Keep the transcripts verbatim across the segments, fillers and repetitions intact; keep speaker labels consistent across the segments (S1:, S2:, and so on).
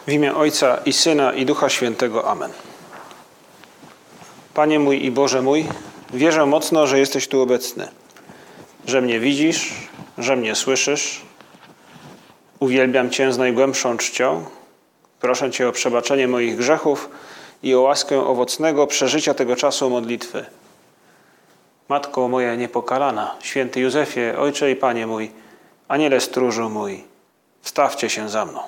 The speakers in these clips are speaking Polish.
S1: W imię Ojca i Syna i Ducha Świętego. Amen. Panie mój i Boże mój, wierzę mocno, że jesteś tu obecny, że mnie widzisz, że mnie słyszysz. Uwielbiam Cię z najgłębszą czcią. Proszę Cię o przebaczenie moich grzechów i o łaskę owocnego przeżycia tego czasu modlitwy. Matko moja niepokalana, święty Józefie, Ojcze i Panie mój, Aniele stróżu mój, wstawcie się za mną.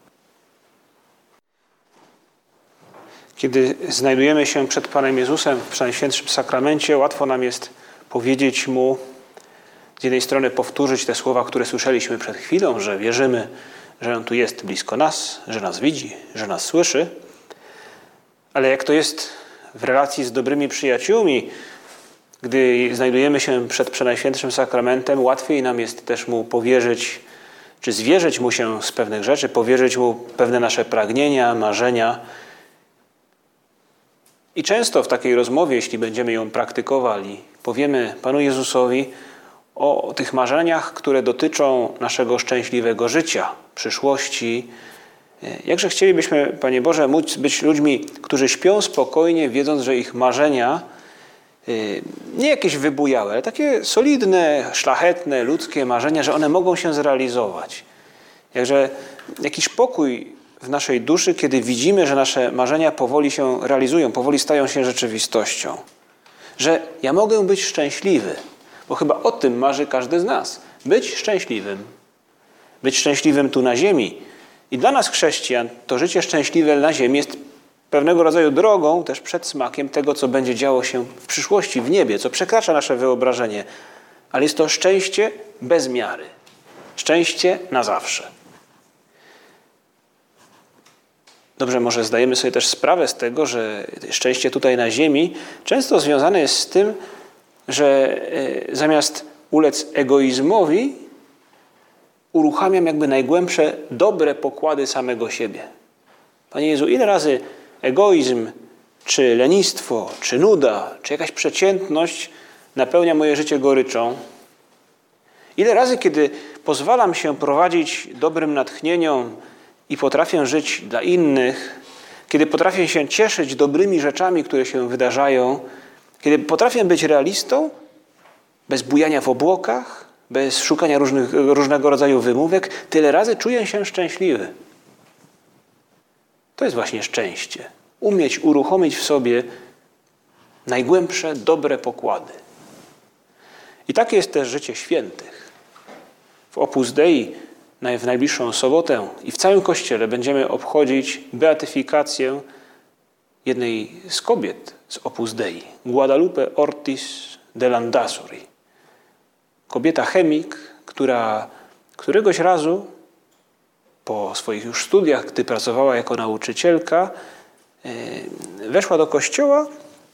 S1: Kiedy znajdujemy się przed Panem Jezusem w Przenajświętszym Sakramencie, łatwo nam jest powiedzieć Mu, z jednej strony powtórzyć te słowa, które słyszeliśmy przed chwilą, że wierzymy, że On tu jest blisko nas, że nas widzi, że nas słyszy, ale jak to jest w relacji z dobrymi przyjaciółmi, gdy znajdujemy się przed Przenajświętszym Sakramentem, łatwiej nam jest też Mu powierzyć, czy zwierzyć Mu się z pewnych rzeczy, powierzyć Mu pewne nasze pragnienia, marzenia. I często w takiej rozmowie, jeśli będziemy ją praktykowali, powiemy Panu Jezusowi o tych marzeniach, które dotyczą naszego szczęśliwego życia, przyszłości. Jakże chcielibyśmy, Panie Boże, móc być ludźmi, którzy śpią spokojnie, wiedząc, że ich marzenia, nie jakieś wybujałe, ale takie solidne, szlachetne, ludzkie marzenia, że one mogą się zrealizować. Jakże jakiś pokój w naszej duszy, kiedy widzimy, że nasze marzenia powoli się realizują, powoli stają się rzeczywistością. Że ja mogę być szczęśliwy, bo chyba o tym marzy każdy z nas. Być szczęśliwym. Być szczęśliwym tu na ziemi. I dla nas chrześcijan to życie szczęśliwe na ziemi jest pewnego rodzaju drogą też przed smakiem tego, co będzie działo się w przyszłości, w niebie, co przekracza nasze wyobrażenie. Ale jest to szczęście bez miary. Szczęście na zawsze. Dobrze, może zdajemy sobie też sprawę z tego, że szczęście tutaj na ziemi często związane jest z tym, że zamiast ulec egoizmowi, uruchamiam jakby najgłębsze, dobre pokłady samego siebie. Panie Jezu, ile razy egoizm, czy lenistwo, czy nuda, czy jakaś przeciętność napełnia moje życie goryczą? Ile razy, kiedy pozwalam się prowadzić dobrym natchnieniom i potrafię żyć dla innych, kiedy potrafię się cieszyć dobrymi rzeczami, które się wydarzają, kiedy potrafię być realistą, bez bujania w obłokach, bez szukania różnych, różnego rodzaju wymówek, tyle razy czuję się szczęśliwy. To jest właśnie szczęście. Umieć uruchomić w sobie najgłębsze, dobre pokłady. I takie jest też życie świętych. W Opus Dei w najbliższą sobotę i w całym Kościele będziemy obchodzić beatyfikację jednej z kobiet z Opus Dei, Guadalupe Ortiz de Landázuri. Kobieta chemik, która któregoś razu po swoich już studiach, gdy pracowała jako nauczycielka, weszła do kościoła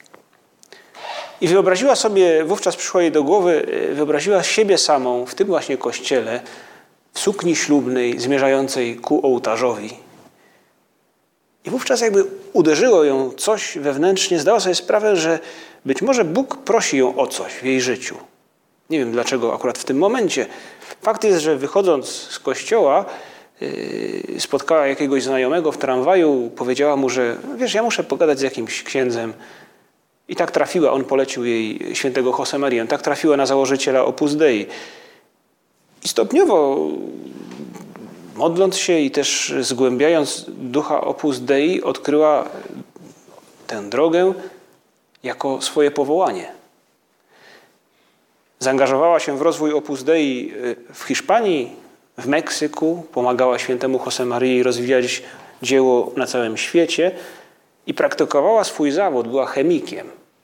S1: i wyobraziła sobie, wówczas przyszło jej do głowy, wyobraziła siebie samą w tym właśnie kościele, w sukni ślubnej zmierzającej ku ołtarzowi. I wówczas jakby uderzyło ją coś wewnętrznie, zdała sobie sprawę, że być może Bóg prosi ją o coś w jej życiu. Nie wiem dlaczego akurat w tym momencie. Fakt jest, że wychodząc z kościoła yy, spotkała jakiegoś znajomego w tramwaju, powiedziała mu, że wiesz, ja muszę pogadać z jakimś księdzem. I tak trafiła, on polecił jej świętego Josemarię, tak trafiła na założyciela Opus Dei. I stopniowo, modląc się i też zgłębiając ducha Opus Dei, odkryła tę drogę jako swoje powołanie. Zaangażowała się w rozwój Opus Dei w Hiszpanii, w Meksyku, pomagała świętemu Josemarii rozwijać dzieło na całym świecie i praktykowała swój zawód, była chemikiem,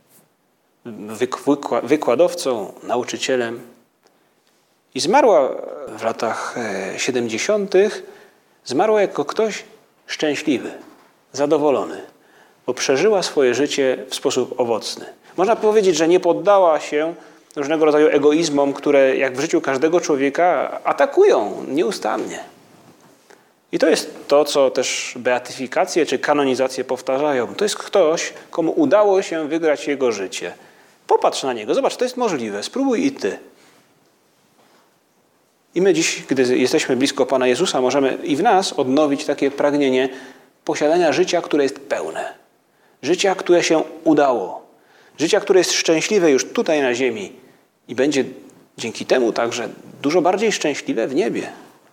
S1: wykładowcą, nauczycielem. I zmarła w latach siedemdziesiątych. Zmarła jako ktoś szczęśliwy, zadowolony, bo przeżyła swoje życie w sposób owocny. Można powiedzieć, że nie poddała się różnego rodzaju egoizmom, które jak w życiu każdego człowieka atakują nieustannie. I to jest to, co też beatyfikacje czy kanonizacje powtarzają. To jest ktoś, komu udało się wygrać jego życie. Popatrz na niego, zobacz, to jest możliwe, spróbuj i ty. I my dziś, gdy jesteśmy blisko Pana Jezusa, możemy i w nas odnowić takie pragnienie posiadania życia, które jest pełne. Życia, które się udało. Życia, które jest szczęśliwe już tutaj na ziemi i będzie dzięki temu także dużo bardziej szczęśliwe w niebie.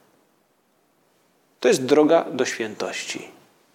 S1: To jest droga do świętości.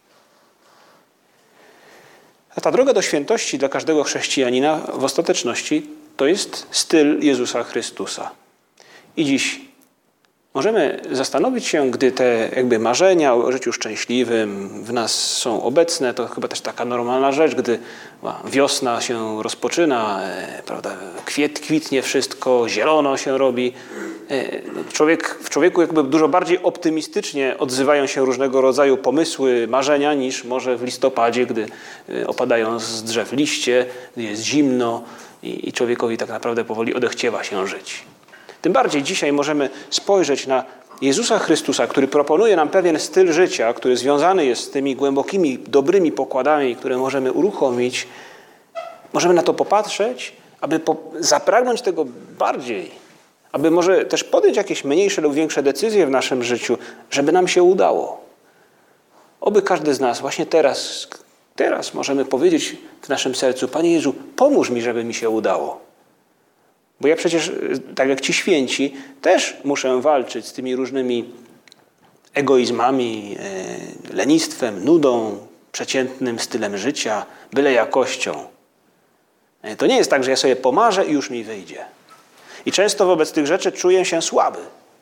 S1: A ta droga do świętości dla każdego chrześcijanina w ostateczności to jest styl Jezusa Chrystusa. I dziś możemy zastanowić się, gdy te jakby marzenia o życiu szczęśliwym w nas są obecne, to chyba też taka normalna rzecz, gdy wiosna się rozpoczyna, prawda, kwiet, kwitnie wszystko, zielono się robi. Człowiek, w człowieku jakby dużo bardziej optymistycznie odzywają się różnego rodzaju pomysły, marzenia niż może w listopadzie, gdy opadają z drzew liście, gdy jest zimno i, i człowiekowi tak naprawdę powoli odechciewa się żyć. Tym bardziej dzisiaj możemy spojrzeć na Jezusa Chrystusa, który proponuje nam pewien styl życia, który związany jest z tymi głębokimi, dobrymi pokładami, które możemy uruchomić. Możemy na to popatrzeć, aby po, zapragnąć tego bardziej, aby może też podjąć jakieś mniejsze lub większe decyzje w naszym życiu, żeby nam się udało. Oby każdy z nas właśnie teraz, teraz możemy powiedzieć w naszym sercu: Panie Jezu, pomóż mi, żeby mi się udało. Bo ja przecież, tak jak ci święci, też muszę walczyć z tymi różnymi egoizmami, lenistwem, nudą, przeciętnym stylem życia, byle jakością. To nie jest tak, że ja sobie pomarzę i już mi wyjdzie. I często wobec tych rzeczy czuję się słaby.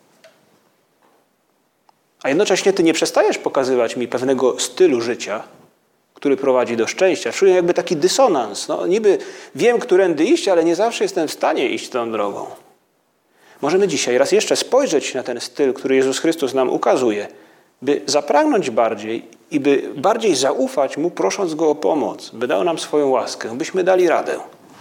S1: A jednocześnie ty nie przestajesz pokazywać mi pewnego stylu życia, który prowadzi do szczęścia. Czuję jakby taki dysonans. No, niby wiem, którędy iść, ale nie zawsze jestem w stanie iść tą drogą. Możemy dzisiaj raz jeszcze spojrzeć na ten styl, który Jezus Chrystus nam ukazuje, by zapragnąć bardziej i by bardziej zaufać Mu, prosząc Go o pomoc, by dał nam swoją łaskę, byśmy dali radę.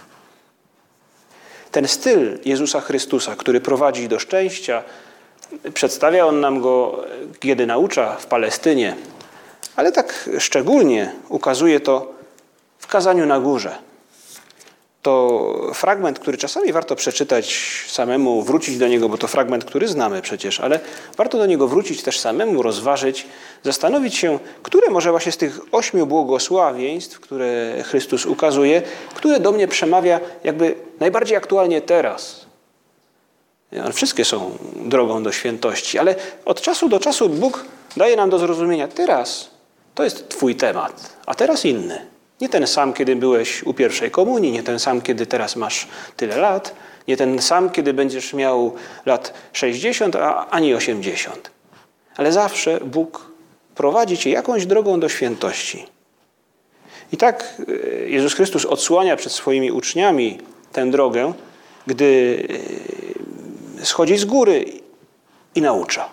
S1: Ten styl Jezusa Chrystusa, który prowadzi do szczęścia, przedstawia On nam go, kiedy naucza w Palestynie, ale tak szczególnie ukazuje to w kazaniu na górze. To fragment, który czasami warto przeczytać samemu, wrócić do niego, bo to fragment, który znamy przecież, ale warto do niego wrócić też samemu, rozważyć, zastanowić się, które może właśnie z tych ośmiu błogosławieństw, które Chrystus ukazuje, które do mnie przemawia jakby najbardziej aktualnie teraz. Wszystkie są drogą do świętości, ale od czasu do czasu Bóg daje nam do zrozumienia: teraz to jest Twój temat, a teraz inny. Nie ten sam, kiedy byłeś u pierwszej komunii, nie ten sam, kiedy teraz masz tyle lat, nie ten sam, kiedy będziesz miał lat sześćdziesiąt, a ani osiemdziesiąt. Ale zawsze Bóg prowadzi cię jakąś drogą do świętości. I tak Jezus Chrystus odsłania przed swoimi uczniami tę drogę, gdy schodzi z góry i naucza.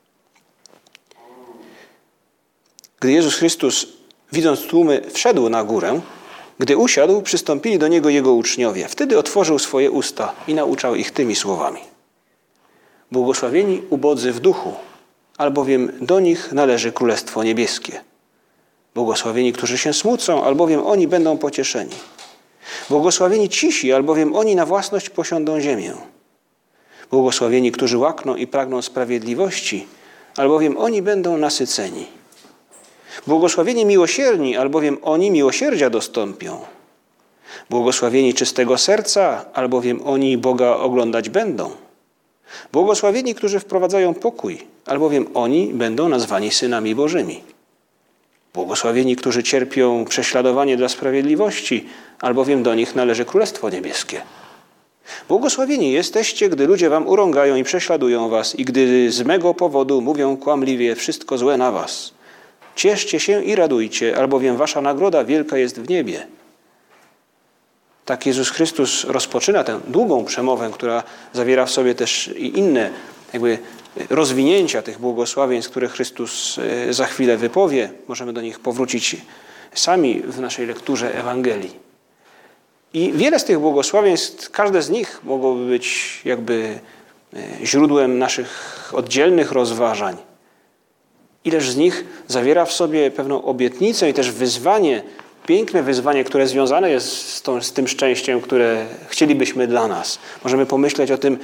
S1: Gdy Jezus Chrystus, widząc tłumy, wszedł na górę, gdy usiadł, przystąpili do Niego Jego uczniowie. Wtedy otworzył swoje usta i nauczał ich tymi słowami: Błogosławieni ubodzy w duchu, albowiem do nich należy Królestwo Niebieskie. Błogosławieni, którzy się smucą, albowiem oni będą pocieszeni. Błogosławieni cisi, albowiem oni na własność posiądą ziemię. Błogosławieni, którzy łakną i pragną sprawiedliwości, albowiem oni będą nasyceni. Błogosławieni miłosierni, albowiem oni miłosierdzia dostąpią. Błogosławieni czystego serca, albowiem oni Boga oglądać będą. Błogosławieni, którzy wprowadzają pokój, albowiem oni będą nazwani synami Bożymi. Błogosławieni, którzy cierpią prześladowanie dla sprawiedliwości, albowiem do nich należy Królestwo Niebieskie. Błogosławieni jesteście, gdy ludzie wam urągają i prześladują was i gdy z mego powodu mówią kłamliwie wszystko złe na was. Cieszcie się i radujcie, albowiem wasza nagroda wielka jest w niebie. Tak Jezus Chrystus rozpoczyna tę długą przemowę, która zawiera w sobie też i inne jakby rozwinięcia tych błogosławieństw, które Chrystus za chwilę wypowie. Możemy do nich powrócić sami w naszej lekturze Ewangelii. I wiele z tych błogosławieństw, każde z nich mogłoby być jakby źródłem naszych oddzielnych rozważań. Ileż z nich zawiera w sobie pewną obietnicę i też wyzwanie, piękne wyzwanie, które związane jest z, tą, z tym szczęściem, które chcielibyśmy dla nas. Możemy pomyśleć o tym,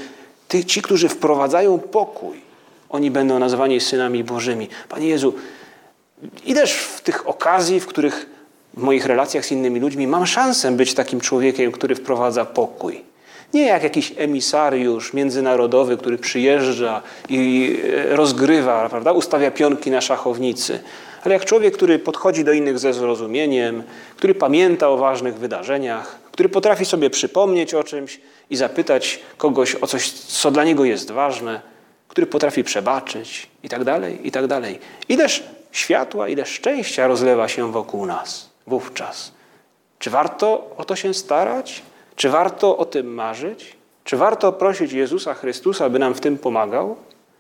S1: Ty, ci, którzy wprowadzają pokój, oni będą nazwani synami Bożymi. Panie Jezu, ileż w tych okazji, w których w moich relacjach z innymi ludźmi mam szansę być takim człowiekiem, który wprowadza pokój. Nie jak jakiś emisariusz międzynarodowy, który przyjeżdża i rozgrywa, prawda, ustawia pionki na szachownicy, ale jak człowiek, który podchodzi do innych ze zrozumieniem, który pamięta o ważnych wydarzeniach, który potrafi sobie przypomnieć o czymś i zapytać kogoś o coś, co dla niego jest ważne, który potrafi przebaczyć i tak dalej, i tak dalej. Ileż światła, ile szczęścia rozlewa się wokół nas wówczas. Czy warto o to się starać? Czy warto o tym marzyć? Czy warto prosić Jezusa Chrystusa, by nam w tym pomagał?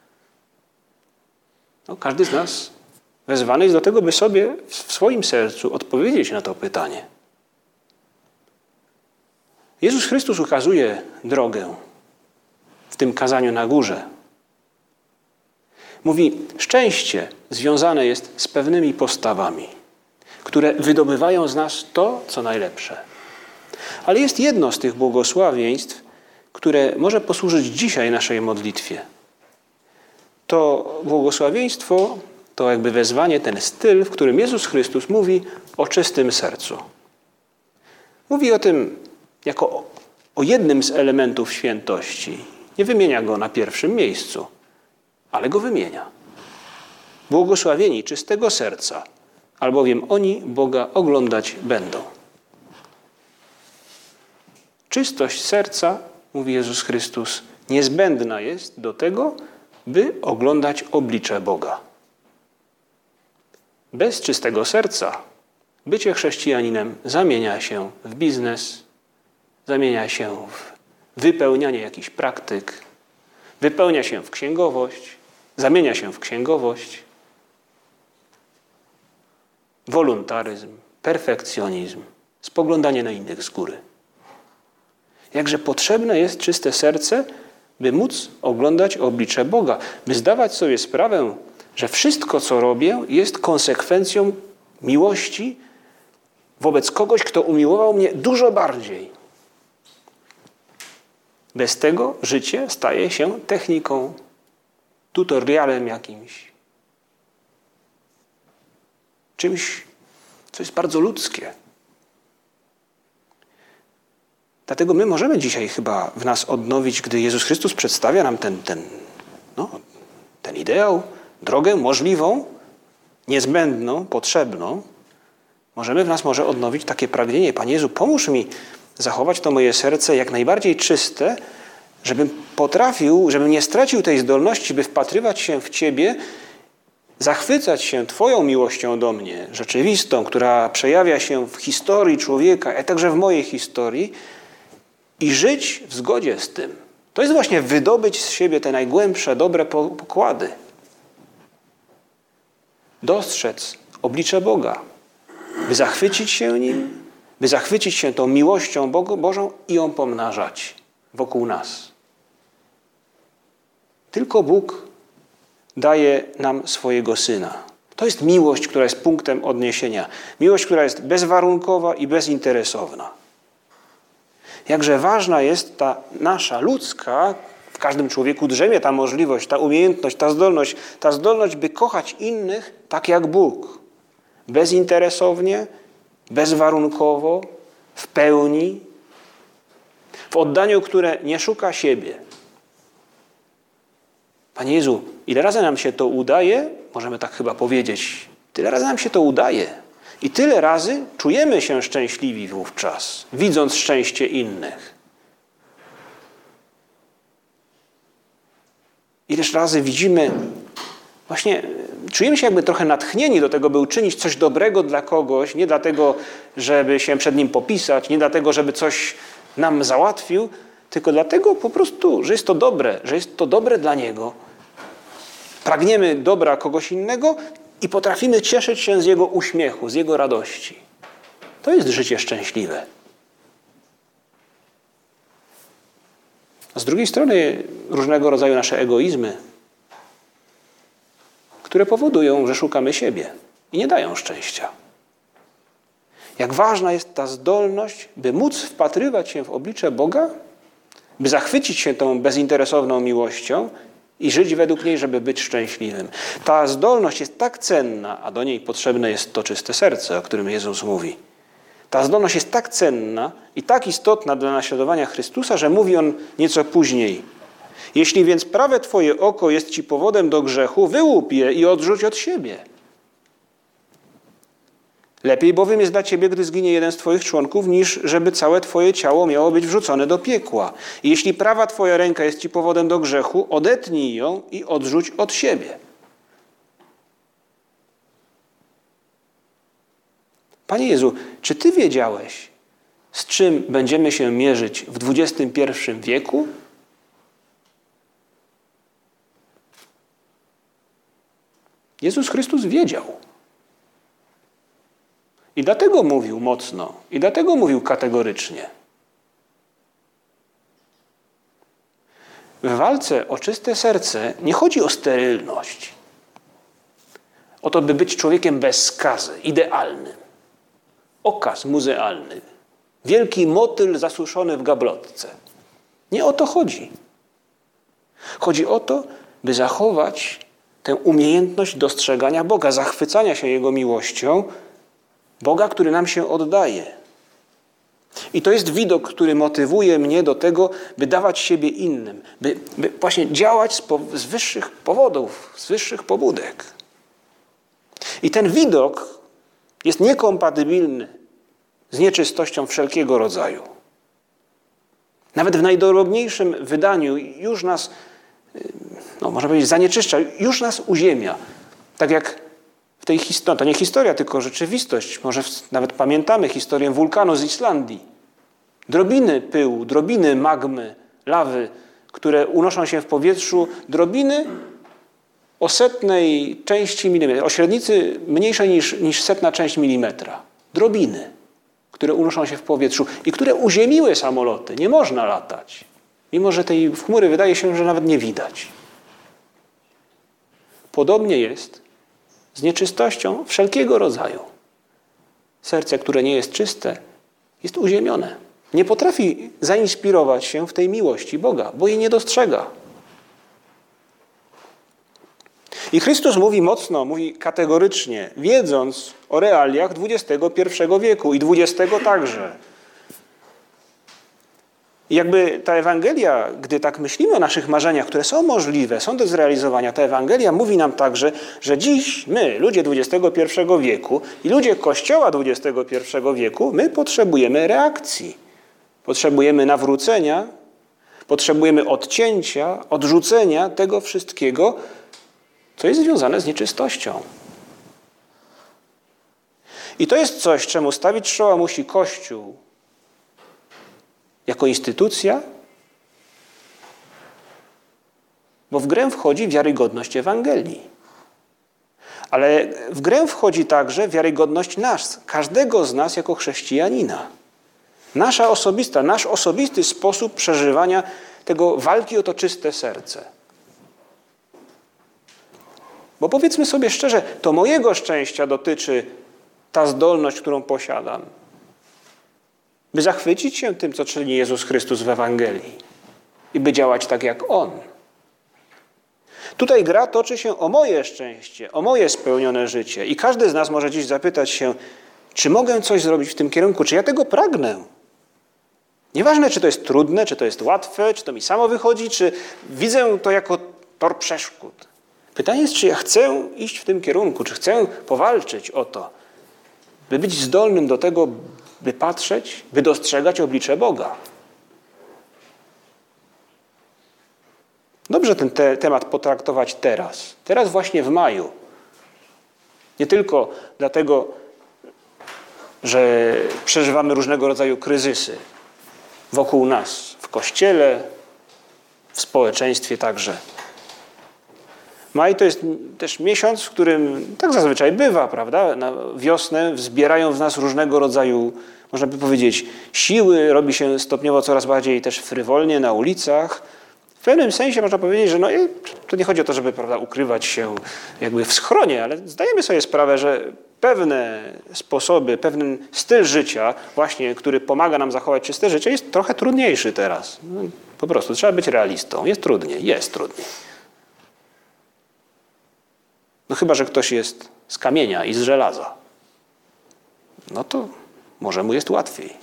S1: No, każdy z nas wezwany jest do tego, by sobie w swoim sercu odpowiedzieć na to pytanie. Jezus Chrystus ukazuje drogę w tym kazaniu na górze. Mówi, szczęście związane jest z pewnymi postawami, które wydobywają z nas to, co najlepsze. Ale jest jedno z tych błogosławieństw, które może posłużyć dzisiaj naszej modlitwie. To błogosławieństwo, to jakby wezwanie, ten styl, w którym Jezus Chrystus mówi o czystym sercu. Mówi o tym jako o, o jednym z elementów świętości. Nie wymienia go na pierwszym miejscu, ale go wymienia. Błogosławieni czystego serca, albowiem oni Boga oglądać będą. Czystość serca, mówi Jezus Chrystus, niezbędna jest do tego, by oglądać oblicze Boga. Bez czystego serca bycie chrześcijaninem zamienia się w biznes, zamienia się w wypełnianie jakichś praktyk, wypełnia się w księgowość, zamienia się w księgowość, woluntaryzm, perfekcjonizm, spoglądanie na innych z góry. Jakże potrzebne jest czyste serce, by móc oglądać oblicze Boga, by zdawać sobie sprawę, że wszystko, co robię, jest konsekwencją miłości wobec kogoś, kto umiłował mnie dużo bardziej. Bez tego życie staje się techniką, tutorialem jakimś. Czymś, co jest bardzo ludzkie. Dlatego my możemy dzisiaj chyba w nas odnowić, gdy Jezus Chrystus przedstawia nam ten, ten, no, ten ideał, drogę możliwą, niezbędną, potrzebną. Możemy w nas może odnowić takie pragnienie. Panie Jezu, pomóż mi zachować to moje serce jak najbardziej czyste, żebym potrafił, żebym nie stracił tej zdolności, by wpatrywać się w Ciebie, zachwycać się Twoją miłością do mnie, rzeczywistą, która przejawia się w historii człowieka, a także w mojej historii, i żyć w zgodzie z tym. To jest właśnie wydobyć z siebie te najgłębsze, dobre pokłady. Dostrzec oblicze Boga, by zachwycić się Nim, by zachwycić się tą miłością Bożą i ją pomnażać wokół nas. Tylko Bóg daje nam swojego Syna. To jest miłość, która jest punktem odniesienia. Miłość, która jest bezwarunkowa i bezinteresowna. Jakże ważna jest ta nasza ludzka, w każdym człowieku drzemie ta możliwość, ta umiejętność, ta zdolność, ta zdolność, by kochać innych tak jak Bóg. Bezinteresownie, bezwarunkowo, w pełni, w oddaniu, które nie szuka siebie. Panie Jezu, ile razy nam się to udaje, możemy tak chyba powiedzieć, tyle razy nam się to udaje. I tyle razy czujemy się szczęśliwi wówczas, widząc szczęście innych. Ileż razy widzimy, właśnie czujemy się jakby trochę natchnieni do tego, by uczynić coś dobrego dla kogoś, nie dlatego, żeby się przed nim popisać, nie dlatego, żeby coś nam załatwił, tylko dlatego po prostu, że jest to dobre, że jest to dobre dla niego. Pragniemy dobra kogoś innego i potrafimy cieszyć się z jego uśmiechu, z jego radości. To jest życie szczęśliwe. A z drugiej strony różnego rodzaju nasze egoizmy, które powodują, że szukamy siebie i nie dają szczęścia. Jak ważna jest ta zdolność, by móc wpatrywać się w oblicze Boga by zachwycić się tą bezinteresowną miłością i żyć według niej, żeby być szczęśliwym. Ta zdolność jest tak cenna, a do niej potrzebne jest to czyste serce, o którym Jezus mówi. Ta zdolność jest tak cenna i tak istotna dla naśladowania Chrystusa, że mówi on nieco później: jeśli więc prawe twoje oko jest ci powodem do grzechu, wyłup je i odrzuć od siebie. Lepiej bowiem jest dla ciebie, gdy zginie jeden z twoich członków, niż żeby całe twoje ciało miało być wrzucone do piekła. I jeśli prawa twoja ręka jest ci powodem do grzechu, odetnij ją i odrzuć od siebie. Panie Jezu, czy Ty wiedziałeś, z czym będziemy się mierzyć w dwudziestym pierwszym wieku? Jezus Chrystus wiedział. I dlatego mówił mocno, i dlatego mówił kategorycznie. W walce o czyste serce nie chodzi o sterylność. O to, by być człowiekiem bez skazy, idealnym. Okaz muzealny. Wielki motyl zasuszony w gablotce. Nie o to chodzi. Chodzi o to, by zachować tę umiejętność dostrzegania Boga, zachwycania się Jego miłością, Boga, który nam się oddaje. I to jest widok, który motywuje mnie do tego, by dawać siebie innym, by, by właśnie działać z, po, z wyższych powodów, z wyższych pobudek. I ten widok jest niekompatybilny z nieczystością wszelkiego rodzaju. Nawet w najdrobniejszym wydaniu już nas, no można powiedzieć, zanieczyszcza, już nas uziemia. Tak jak w tej historii, to nie historia, tylko rzeczywistość. Może nawet pamiętamy historię wulkanu z Islandii. Drobiny pyłu, drobiny magmy, lawy, które unoszą się w powietrzu, drobiny o setnej części milimetra, o średnicy mniejszej niż, niż setna część milimetra. Drobiny, które unoszą się w powietrzu i które uziemiły samoloty. Nie można latać. Mimo że tej chmury wydaje się, że nawet nie widać. Podobnie jest z nieczystością wszelkiego rodzaju. Serce, które nie jest czyste, jest uziemione. Nie potrafi zainspirować się w tej miłości Boga, bo jej nie dostrzega. I Chrystus mówi mocno, mówi kategorycznie, wiedząc o realiach dwudziestego pierwszego wieku i dwudziestego także. I jakby ta Ewangelia, gdy tak myślimy o naszych marzeniach, które są możliwe, są do zrealizowania, ta Ewangelia mówi nam także, że dziś my, ludzie dwudziestego pierwszego wieku i ludzie Kościoła dwudziestego pierwszego wieku, my potrzebujemy reakcji. Potrzebujemy nawrócenia, potrzebujemy odcięcia, odrzucenia tego wszystkiego, co jest związane z nieczystością. I to jest coś, czemu stawić czoła musi Kościół jako instytucja, bo w grę wchodzi wiarygodność Ewangelii. Ale w grę wchodzi także wiarygodność nas, każdego z nas jako chrześcijanina. Nasza osobista, nasz osobisty sposób przeżywania tego walki o to czyste serce. Bo powiedzmy sobie szczerze, to mojego szczęścia dotyczy ta zdolność, którą posiadam, by zachwycić się tym, co czyni Jezus Chrystus w Ewangelii i by działać tak jak On. Tutaj gra toczy się o moje szczęście, o moje spełnione życie i każdy z nas może dziś zapytać się, czy mogę coś zrobić w tym kierunku, czy ja tego pragnę. Nieważne, czy to jest trudne, czy to jest łatwe, czy to mi samo wychodzi, czy widzę to jako tor przeszkód. Pytanie jest, czy ja chcę iść w tym kierunku, czy chcę powalczyć o to, by być zdolnym do tego, by patrzeć, by dostrzegać oblicze Boga. Dobrze ten te- temat potraktować teraz. Teraz właśnie w maju. Nie tylko dlatego, że przeżywamy różnego rodzaju kryzysy wokół nas, w Kościele, w społeczeństwie także. Maj to jest też miesiąc, w którym tak zazwyczaj bywa, prawda? Na wiosnę wzbierają w nas różnego rodzaju, można by powiedzieć, siły, robi się stopniowo coraz bardziej też frywolnie na ulicach. W pewnym sensie można powiedzieć, że no, to nie chodzi o to, żeby, prawda, ukrywać się jakby w schronie, ale zdajemy sobie sprawę, że pewne sposoby, pewien styl życia właśnie, który pomaga nam zachować czyste życie, jest trochę trudniejszy teraz. No, Po prostu trzeba być realistą. Jest trudniej, jest trudniej. No chyba, że ktoś jest z kamienia i z żelaza. No to może mu jest łatwiej.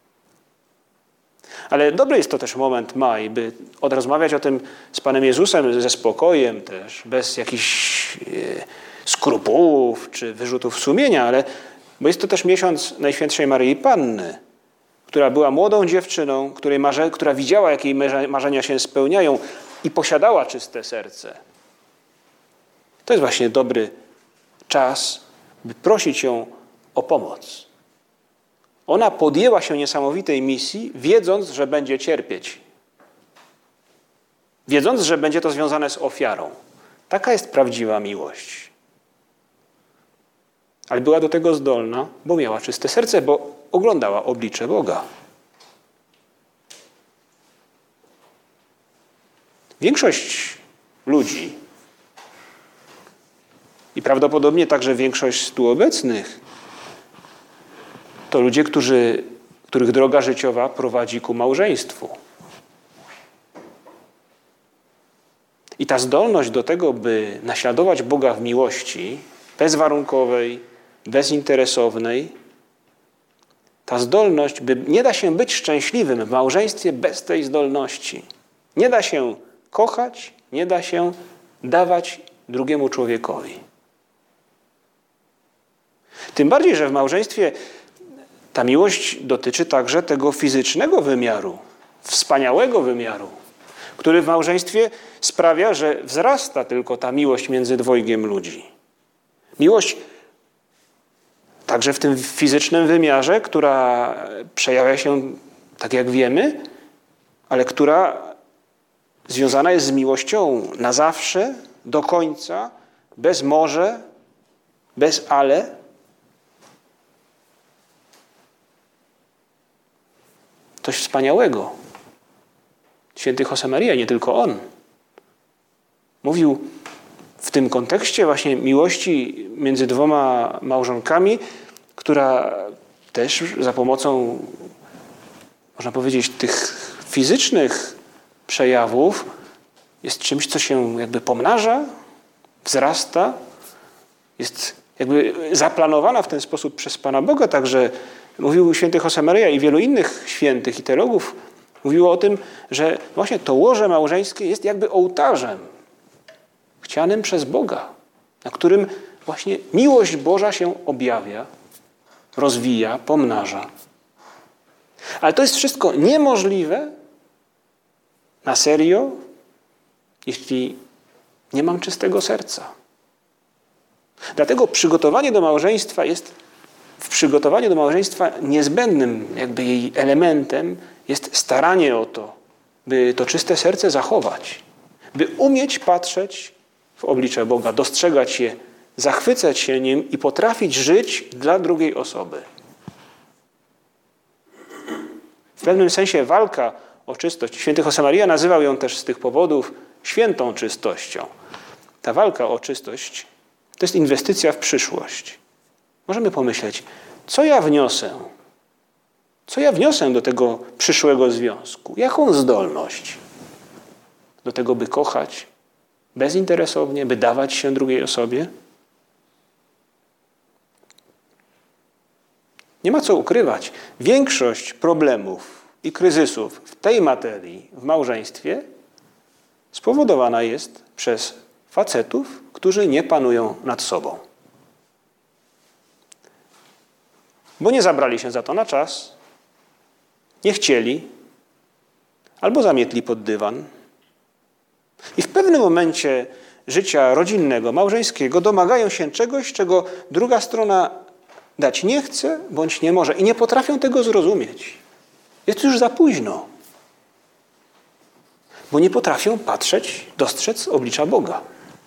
S1: Ale dobry jest to też moment maj, by odrozmawiać o tym z Panem Jezusem ze spokojem też, bez jakichś skrupułów czy wyrzutów sumienia, ale bo jest to też miesiąc Najświętszej Maryi Panny, która była młodą dziewczyną, której marze, która widziała, jak jej marzenia się spełniają i posiadała czyste serce. To jest właśnie dobry czas, by prosić ją o pomoc. Ona podjęła się niesamowitej misji, wiedząc, że będzie cierpieć. Wiedząc, że będzie to związane z ofiarą. Taka jest prawdziwa miłość. Ale była do tego zdolna, bo miała czyste serce, bo oglądała oblicze Boga. Większość ludzi i prawdopodobnie także większość tu obecnych to ludzie, którzy, których droga życiowa prowadzi ku małżeństwu. I ta zdolność do tego, by naśladować Boga w miłości bezwarunkowej, bezinteresownej, ta zdolność, by nie da się być szczęśliwym w małżeństwie bez tej zdolności. Nie da się kochać, nie da się dawać drugiemu człowiekowi. Tym bardziej, że w małżeństwie ta miłość dotyczy także tego fizycznego wymiaru, wspaniałego wymiaru, który w małżeństwie sprawia, że wzrasta tylko ta miłość między dwojgiem ludzi. Miłość także w tym fizycznym wymiarze, która przejawia się, tak jak wiemy, ale która związana jest z miłością na zawsze, do końca, bez może, bez ale. Coś wspaniałego. Święty Josemaria, nie tylko on, mówił w tym kontekście właśnie miłości między dwoma małżonkami, która też za pomocą, można powiedzieć, tych fizycznych przejawów jest czymś, co się jakby pomnaża, wzrasta, jest jakby zaplanowana w ten sposób przez Pana Boga. Także mówił święty Josemaria i wielu innych świętych i teologów, mówiło o tym, że właśnie to łoże małżeńskie jest jakby ołtarzem chcianym przez Boga, na którym właśnie miłość Boża się objawia, rozwija, pomnaża. Ale to jest wszystko niemożliwe na serio, jeśli nie mam czystego serca. Dlatego przygotowanie do małżeństwa jest, w przygotowaniu do małżeństwa niezbędnym jakby jej elementem jest staranie o to, by to czyste serce zachować, by umieć patrzeć w oblicze Boga, dostrzegać je, zachwycać się nim i potrafić żyć dla drugiej osoby. W pewnym sensie walka o czystość, święty Josemaria nazywał ją też z tych powodów świętą czystością. Ta walka o czystość to jest inwestycja w przyszłość. Możemy pomyśleć, co ja wniosę? Co ja wniosę do tego przyszłego związku? Jaką zdolność do tego, by kochać bezinteresownie, by dawać się drugiej osobie? Nie ma co ukrywać. Większość problemów i kryzysów w tej materii, w małżeństwie, spowodowana jest przez facetów, którzy nie panują nad sobą. Bo nie zabrali się za to na czas, nie chcieli, albo zamietli pod dywan. I w pewnym momencie życia rodzinnego, małżeńskiego domagają się czegoś, czego druga strona dać nie chce, bądź nie może. I nie potrafią tego zrozumieć. Jest już za późno. Bo nie potrafią patrzeć, dostrzec oblicza Boga.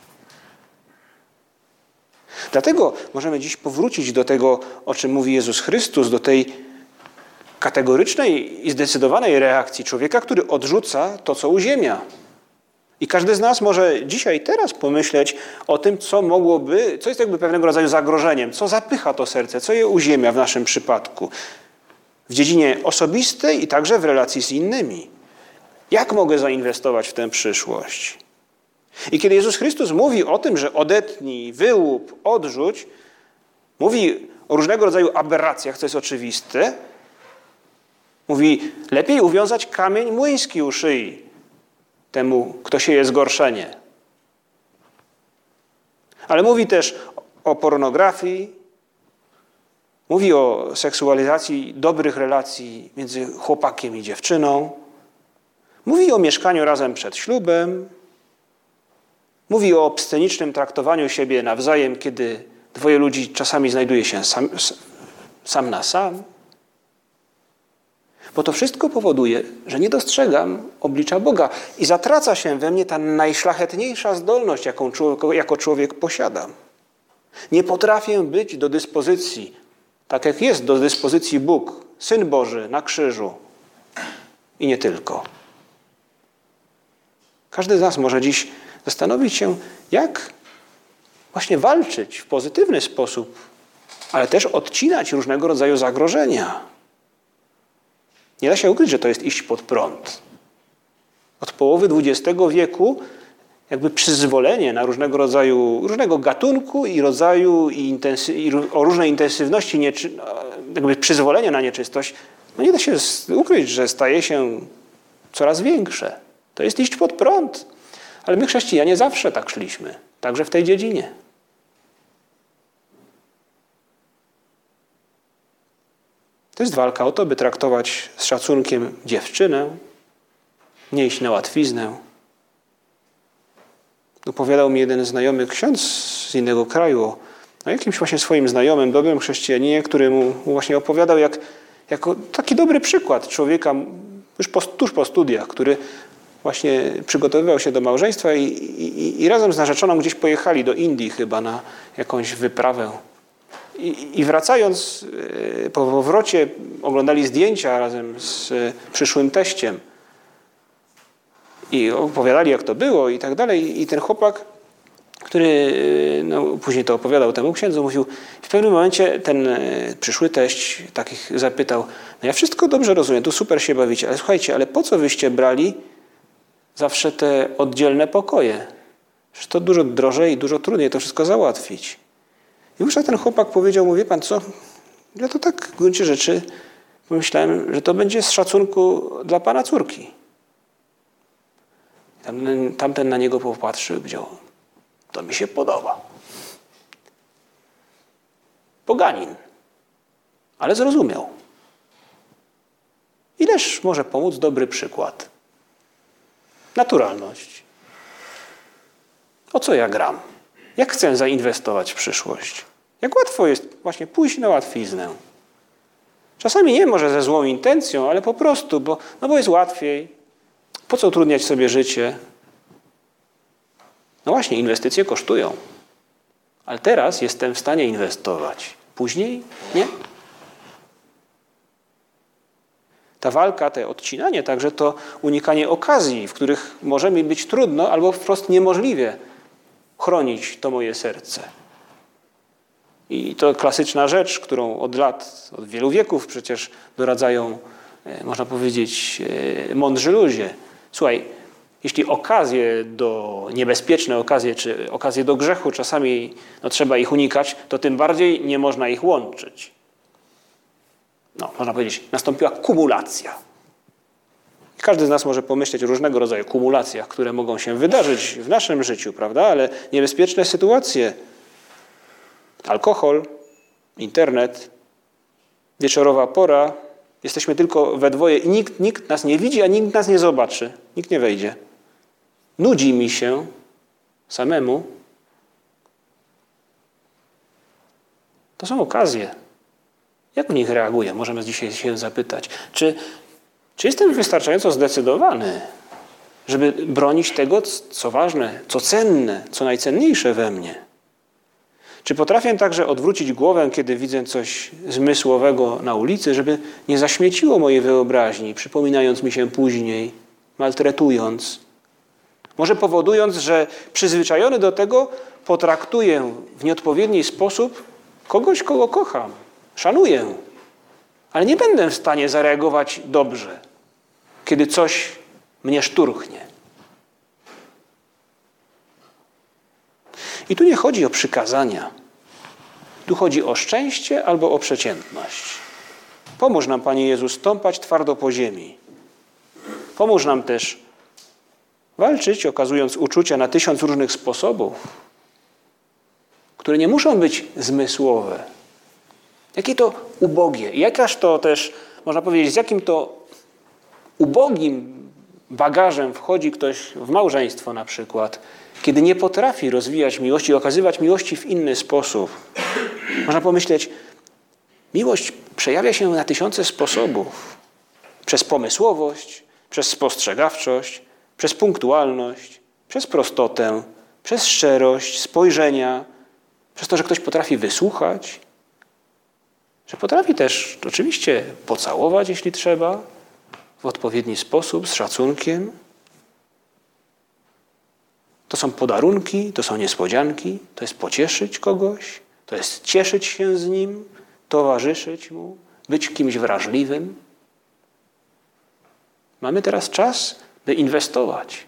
S1: Dlatego możemy dziś powrócić do tego, o czym mówi Jezus Chrystus, do tej kategorycznej i zdecydowanej reakcji człowieka, który odrzuca to, co uziemia. I każdy z nas może dzisiaj, teraz pomyśleć o tym, co mogłoby, co jest jakby pewnego rodzaju zagrożeniem, co zapycha to serce, co je uziemia w naszym przypadku. W dziedzinie osobistej i także w relacji z innymi. Jak mogę zainwestować w tę przyszłość? I kiedy Jezus Chrystus mówi o tym, że odetnij, wyłup, odrzuć, mówi o różnego rodzaju aberracjach, co jest oczywiste. Mówi, lepiej uwiązać kamień młyński u szyi temu, kto sieje zgorszenie. Ale mówi też o pornografii, mówi o seksualizacji dobrych relacji między chłopakiem i dziewczyną, mówi o mieszkaniu razem przed ślubem, mówi o obscenicznym traktowaniu siebie nawzajem, kiedy dwoje ludzi czasami znajduje się sam, sam na sam. Bo to wszystko powoduje, że nie dostrzegam oblicza Boga i zatraca się we mnie ta najszlachetniejsza zdolność, jaką człowiek, jako człowiek posiadam. Nie potrafię być do dyspozycji, tak jak jest do dyspozycji Bóg, Syn Boży na krzyżu i nie tylko. Każdy z nas może dziś zastanowić się, jak właśnie walczyć w pozytywny sposób, ale też odcinać różnego rodzaju zagrożenia. Nie da się ukryć, że to jest iść pod prąd. Od połowy dwudziestego wieku jakby przyzwolenie na różnego rodzaju, różnego gatunku i rodzaju i, intensy, i o różnej intensywności, nieczy, jakby przyzwolenie na nieczystość, no nie da się ukryć, że staje się coraz większe. To jest iść pod prąd. Ale my chrześcijanie zawsze tak szliśmy, także w tej dziedzinie. To jest walka o to, by traktować z szacunkiem dziewczynę, nie iść na łatwiznę. Opowiadał mi jeden znajomy ksiądz z innego kraju o jakimś właśnie swoim znajomym, dobrym chrześcijaninie, który mu właśnie opowiadał jak, jako taki dobry przykład człowieka już po, tuż po studiach, który właśnie przygotowywał się do małżeństwa i, i, i razem z narzeczoną gdzieś pojechali do Indii chyba na jakąś wyprawę. I, I wracając po powrocie oglądali zdjęcia razem z przyszłym teściem i opowiadali, jak to było i tak dalej. I ten chłopak, który no, później to opowiadał temu księdzu, mówił, w pewnym momencie ten przyszły teść takich zapytał, no ja wszystko dobrze rozumiem, tu super się bawicie, ale słuchajcie, ale po co wyście brali zawsze te oddzielne pokoje? Przecież to dużo drożej i dużo trudniej to wszystko załatwić. I już ten chłopak powiedział mu, wie pan co, ja to tak w gruncie rzeczy pomyślałem, że to będzie z szacunku dla pana córki. Tamten, tamten na niego popatrzył i powiedział, to mi się podoba. Poganin, ale zrozumiał. Ileż może pomóc dobry przykład? Naturalność. O co ja gram? Jak chcę zainwestować w przyszłość? Jak łatwo jest właśnie pójść na łatwiznę. Czasami nie może ze złą intencją, ale po prostu, bo, no bo jest łatwiej. Po co utrudniać sobie życie? No właśnie, inwestycje kosztują. Ale teraz jestem w stanie inwestować. Później nie. Ta walka, to odcinanie także to unikanie okazji, w których może mi być trudno albo wprost niemożliwie chronić to moje serce. I to klasyczna rzecz, którą od lat, od wielu wieków przecież doradzają, można powiedzieć, mądrzy ludzie. Słuchaj, jeśli okazje do, niebezpieczne okazje, czy okazje do grzechu, czasami no, trzeba ich unikać, to tym bardziej nie można ich łączyć. No, można powiedzieć, nastąpiła kumulacja. I każdy z nas może pomyśleć o różnego rodzaju kumulacjach, które mogą się wydarzyć w naszym życiu, prawda? Ale niebezpieczne sytuacje, alkohol, internet, wieczorowa pora, jesteśmy tylko we dwoje i nikt, nikt nas nie widzi, a nikt nas nie zobaczy. Nikt nie wejdzie. Nudzi mi się samemu. To są okazje. Jak w nich reaguję? Możemy dzisiaj się zapytać. Czy, czy jestem wystarczająco zdecydowany, żeby bronić tego, co ważne, co cenne, co najcenniejsze we mnie? Czy potrafię także odwrócić głowę, kiedy widzę coś zmysłowego na ulicy, żeby nie zaśmieciło mojej wyobraźni, przypominając mi się później, maltretując? Może powodując, że przyzwyczajony do tego potraktuję w nieodpowiedni sposób kogoś, kogo kocham, szanuję, ale nie będę w stanie zareagować dobrze, kiedy coś mnie szturchnie. I tu nie chodzi o przykazania. Tu chodzi o szczęście albo o przeciętność. Pomóż nam, Panie Jezu, stąpać twardo po ziemi. Pomóż nam też walczyć, okazując uczucia na tysiąc różnych sposobów, które nie muszą być zmysłowe. Jakie to ubogie. Jakaż to też, można powiedzieć, z jakim to ubogim bagażem wchodzi ktoś w małżeństwo na przykład, kiedy nie potrafi rozwijać miłości, okazywać miłości w inny sposób. Można pomyśleć, miłość przejawia się na tysiące sposobów. Przez pomysłowość, przez spostrzegawczość, przez punktualność, przez prostotę, przez szczerość spojrzenia, przez to, że ktoś potrafi wysłuchać, że potrafi też oczywiście pocałować, jeśli trzeba, w odpowiedni sposób, z szacunkiem. To są podarunki, to są niespodzianki, to jest pocieszyć kogoś, to jest cieszyć się z nim, towarzyszyć mu, być kimś wrażliwym. Mamy teraz czas, by inwestować.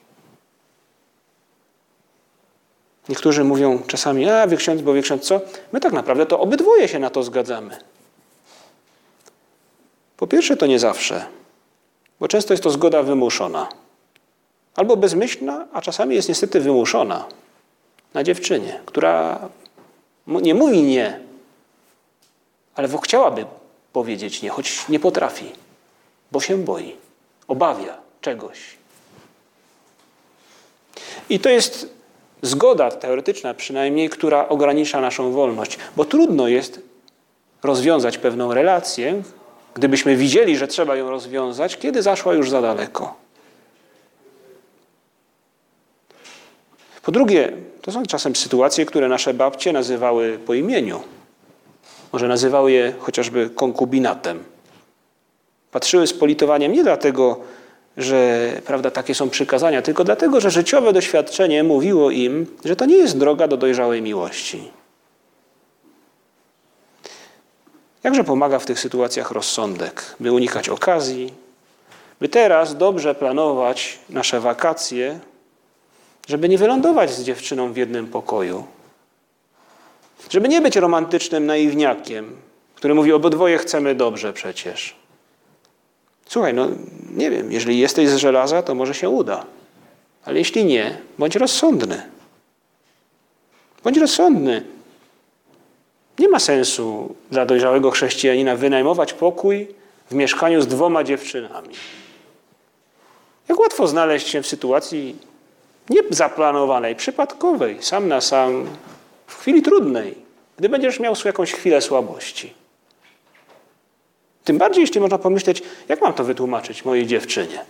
S1: Niektórzy mówią czasami, a wie ksiądz, bo wie ksiądz co? My tak naprawdę to obydwoje się na to zgadzamy. Po pierwsze to nie zawsze, bo często jest to zgoda wymuszona. Albo bezmyślna, a czasami jest niestety wymuszona na dziewczynie, która nie mówi nie, ale chciałaby powiedzieć nie, choć nie potrafi, bo się boi, obawia czegoś. I to jest zgoda teoretyczna przynajmniej, która ogranicza naszą wolność, bo trudno jest rozwiązać pewną relację, gdybyśmy widzieli, że trzeba ją rozwiązać, kiedy zaszła już za daleko. Po drugie, to są czasem sytuacje, które nasze babcie nazywały po imieniu. Może nazywały je chociażby konkubinatem. Patrzyły z politowaniem nie dlatego, że prawda, takie są przykazania, tylko dlatego, że życiowe doświadczenie mówiło im, że to nie jest droga do dojrzałej miłości. Jakże pomaga w tych sytuacjach rozsądek, by unikać okazji, by teraz dobrze planować nasze wakacje, żeby nie wylądować z dziewczyną w jednym pokoju. Żeby nie być romantycznym naiwniakiem, który mówi, obydwoje chcemy dobrze przecież. Słuchaj, no nie wiem, jeżeli jesteś z żelaza, to może się uda. Ale jeśli nie, bądź rozsądny. Bądź rozsądny. Nie ma sensu dla dojrzałego chrześcijanina wynajmować pokój w mieszkaniu z dwoma dziewczynami. Jak łatwo znaleźć się w sytuacji niezaplanowanej, przypadkowej, sam na sam, w chwili trudnej, gdy będziesz miał jakąś chwilę słabości. Tym bardziej, jeśli można pomyśleć, jak mam to wytłumaczyć mojej dziewczynie.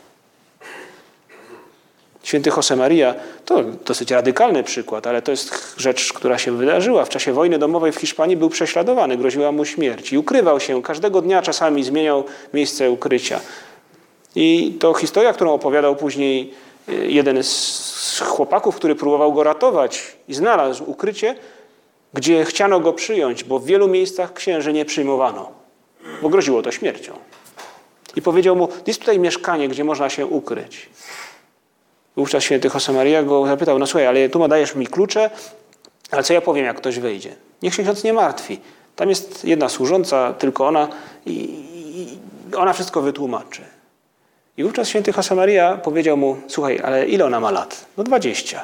S1: Święty Josemaria to dosyć radykalny przykład, ale to jest rzecz, która się wydarzyła. W czasie wojny domowej w Hiszpanii był prześladowany, groziła mu śmierć i ukrywał się. Każdego dnia czasami zmieniał miejsce ukrycia. I to historia, którą opowiadał później jeden z chłopaków, który próbował go ratować i znalazł ukrycie, gdzie chciano go przyjąć, bo w wielu miejscach księży nie przyjmowano, bo groziło to śmiercią. I powiedział mu, jest tutaj mieszkanie, gdzie można się ukryć. Wówczas święty Josemaria go zapytał, no słuchaj, ale tu dajesz mi klucze, ale co ja powiem, jak ktoś wejdzie? Niech się ksiądz nie martwi. Tam jest jedna służąca, tylko ona i, i ona wszystko wytłumaczy. I wówczas święty Josemaria powiedział mu, słuchaj, ale ile ona ma lat? No dwadzieścia.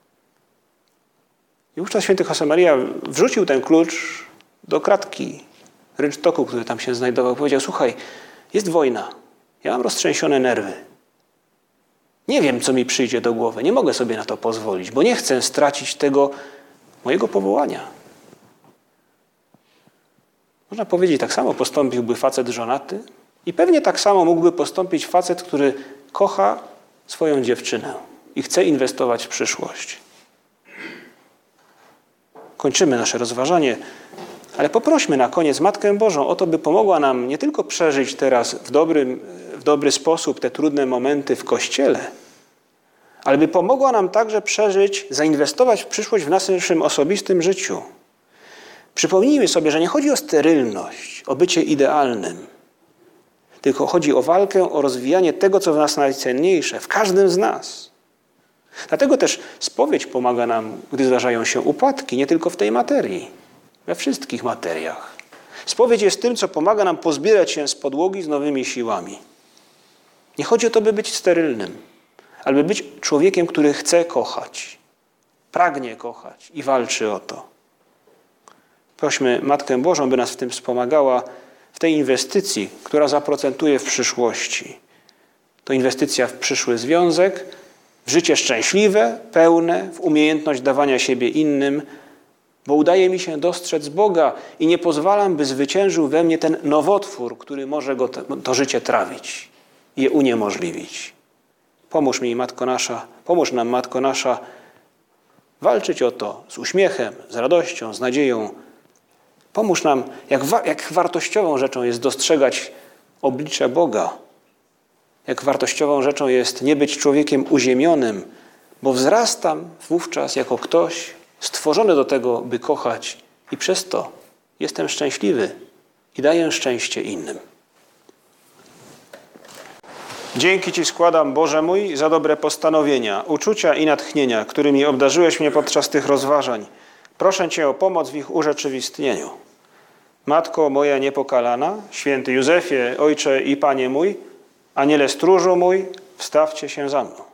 S1: I wówczas święty Josemaria wrzucił ten klucz do kratki rynsztoku, który tam się znajdował. Powiedział, słuchaj, jest wojna. Ja mam roztrzęsione nerwy. Nie wiem, co mi przyjdzie do głowy. Nie mogę sobie na to pozwolić, bo nie chcę stracić tego mojego powołania. Można powiedzieć, tak samo postąpiłby facet żonaty i pewnie tak samo mógłby postąpić facet, który kocha swoją dziewczynę i chce inwestować w przyszłość. Kończymy nasze rozważanie, ale poprośmy na koniec Matkę Bożą o to, by pomogła nam nie tylko przeżyć teraz w, dobrym, w dobry sposób te trudne momenty w Kościele, ale by pomogła nam także przeżyć, zainwestować w przyszłość w naszym osobistym życiu. Przypomnijmy sobie, że nie chodzi o sterylność, o bycie idealnym, tylko chodzi o walkę, o rozwijanie tego, co w nas najcenniejsze, w każdym z nas. Dlatego też spowiedź pomaga nam, gdy zdarzają się upadki, nie tylko w tej materii, we wszystkich materiach. Spowiedź jest tym, co pomaga nam pozbierać się z podłogi z nowymi siłami. Nie chodzi o to, by być sterylnym, ale by być człowiekiem, który chce kochać, pragnie kochać i walczy o to. Prośmy Matkę Bożą, by nas w tym wspomagała w tej inwestycji, która zaprocentuje w przyszłości. To inwestycja w przyszły związek, w życie szczęśliwe, pełne, w umiejętność dawania siebie innym, bo udaje mi się dostrzec Boga i nie pozwalam, by zwyciężył we mnie ten nowotwór, który może go to, to życie trawić i je uniemożliwić. Pomóż mi, Matko nasza, pomóż nam, Matko nasza, walczyć o to z uśmiechem, z radością, z nadzieją. Pomóż nam, jak, wa- jak wartościową rzeczą jest dostrzegać oblicze Boga, jak wartościową rzeczą jest nie być człowiekiem uziemionym, bo wzrastam wówczas jako ktoś stworzony do tego, by kochać i przez to jestem szczęśliwy i daję szczęście innym. Dzięki Ci składam, Boże mój, za dobre postanowienia, uczucia i natchnienia, którymi obdarzyłeś mnie podczas tych rozważań. Proszę Cię o pomoc w ich urzeczywistnieniu. Matko moja niepokalana, święty Józefie, Ojcze i Panie mój, Aniele stróżu mój, wstawcie się za mną.